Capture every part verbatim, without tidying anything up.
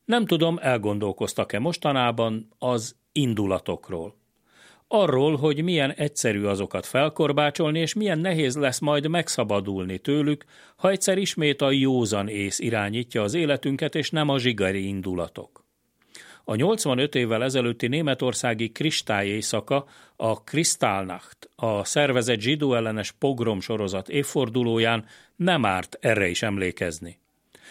Nem tudom, elgondolkoztak-e mostanában az indulatokról. Arról, hogy milyen egyszerű azokat felkorbácsolni, és milyen nehéz lesz majd megszabadulni tőlük, ha egyszer ismét a józan ész irányítja az életünket, és nem a zsigeri indulatok. A nyolcvanöt évvel ezelőtti németországi kristályéjszaka, a Kristallnacht, a szervezett zsidóellenes pogrom sorozat évfordulóján nem árt erre is emlékezni.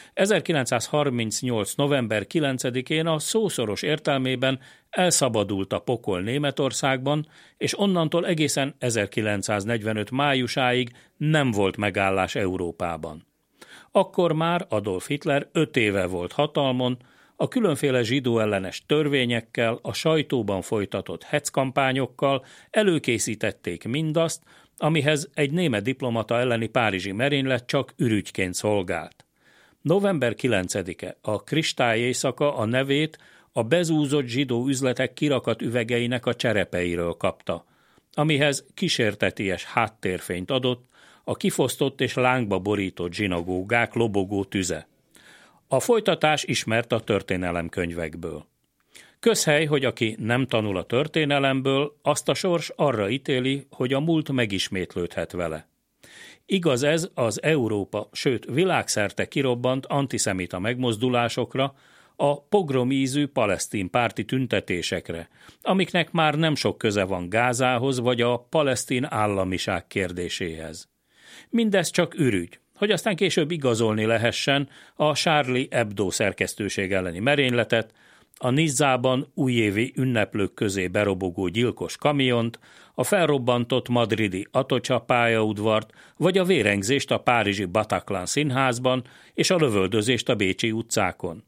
ezerkilencszázharmincnyolc. november kilencedikén a szószoros értelmében elszabadult a pokol Németországban, és onnantól egészen ezerkilencszáznegyvenöt májusáig nem volt megállás Európában. Akkor már Adolf Hitler öt éve volt hatalmon, a különféle zsidóellenes törvényekkel, a sajtóban folytatott hecckampányokkal előkészítették mindazt, amihez egy német diplomata elleni párizsi merénylet csak ürügyként szolgált. november kilencedike, a kristályéjszaka a nevét a bezúzott zsidó üzletek kirakat üvegeinek a cserepeiről kapta, amihez kísérteties háttérfényt adott a kifosztott és lángba borított zsinagógák lobogó tüze. A folytatás ismert a történelemkönyvekből. Közhely, hogy aki nem tanul a történelemből, azt a sors arra ítéli, hogy a múlt megismétlődhet vele. Igaz ez az Európa, sőt világszerte kirobbant antiszemita megmozdulásokra, a pogromízű palesztin párti tüntetésekre, amiknek már nem sok köze van Gázához vagy a palesztin államiság kérdéséhez. Mindez csak ürügy, hogy aztán később igazolni lehessen a Charlie Hebdo szerkesztőség elleni merényletet, a Nizzában újévi ünneplők közé berobogó gyilkos kamiont, a felrobbantott madridi Atocha pályaudvart, vagy a vérengzést a párizsi Bataclan színházban és a lövöldözést a bécsi utcákon.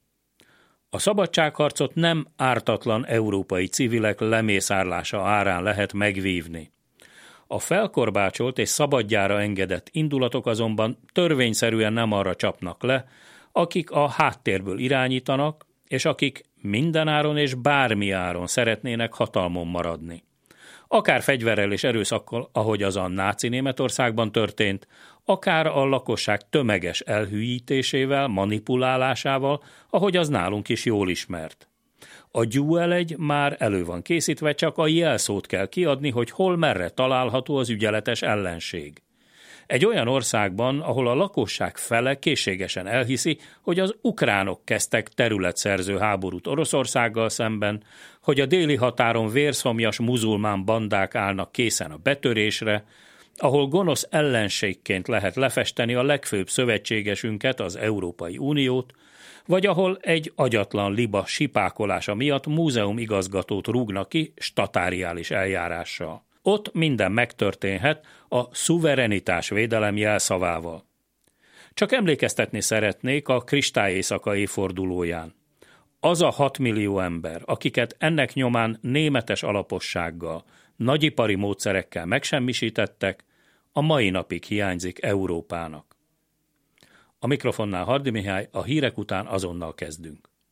A szabadságharcot nem ártatlan európai civilek lemészárlása árán lehet megvívni. A felkorbácsolt és szabadjára engedett indulatok azonban törvényszerűen nem arra csapnak le, akik a háttérből irányítanak, és akik mindenáron és bármi áron szeretnének hatalmon maradni. Akár fegyverrel és erőszakkal, ahogy az a náci Németországban történt, akár a lakosság tömeges elhűítésével, manipulálásával, ahogy az nálunk is jól ismert. A gyúelegy már elő van készítve, csak a jelszót kell kiadni, hogy hol merre található az ügyeletes ellenség. Egy olyan országban, ahol a lakosság fele készségesen elhiszi, hogy az ukránok kezdtek területszerző háborút Oroszországgal szemben, hogy a déli határon vérszomjas muzulmán bandák állnak készen a betörésre, ahol gonosz ellenségként lehet lefesteni a legfőbb szövetségesünket, az Európai Uniót, vagy ahol egy agyatlan liba sipákolása miatt múzeumigazgatót rúgnak ki statáriális eljárással. Ott minden megtörténhet a szuverenitás védelem jelszavával. Csak emlékeztetni szeretnék a kristályéjszaka évfordulóján. Az a hatmillió ember, akiket ennek nyomán németes alapossággal, nagyipari módszerekkel megsemmisítettek, a mai napig hiányzik Európának. A mikrofonnál Hardy Mihály, a hírek után azonnal kezdünk.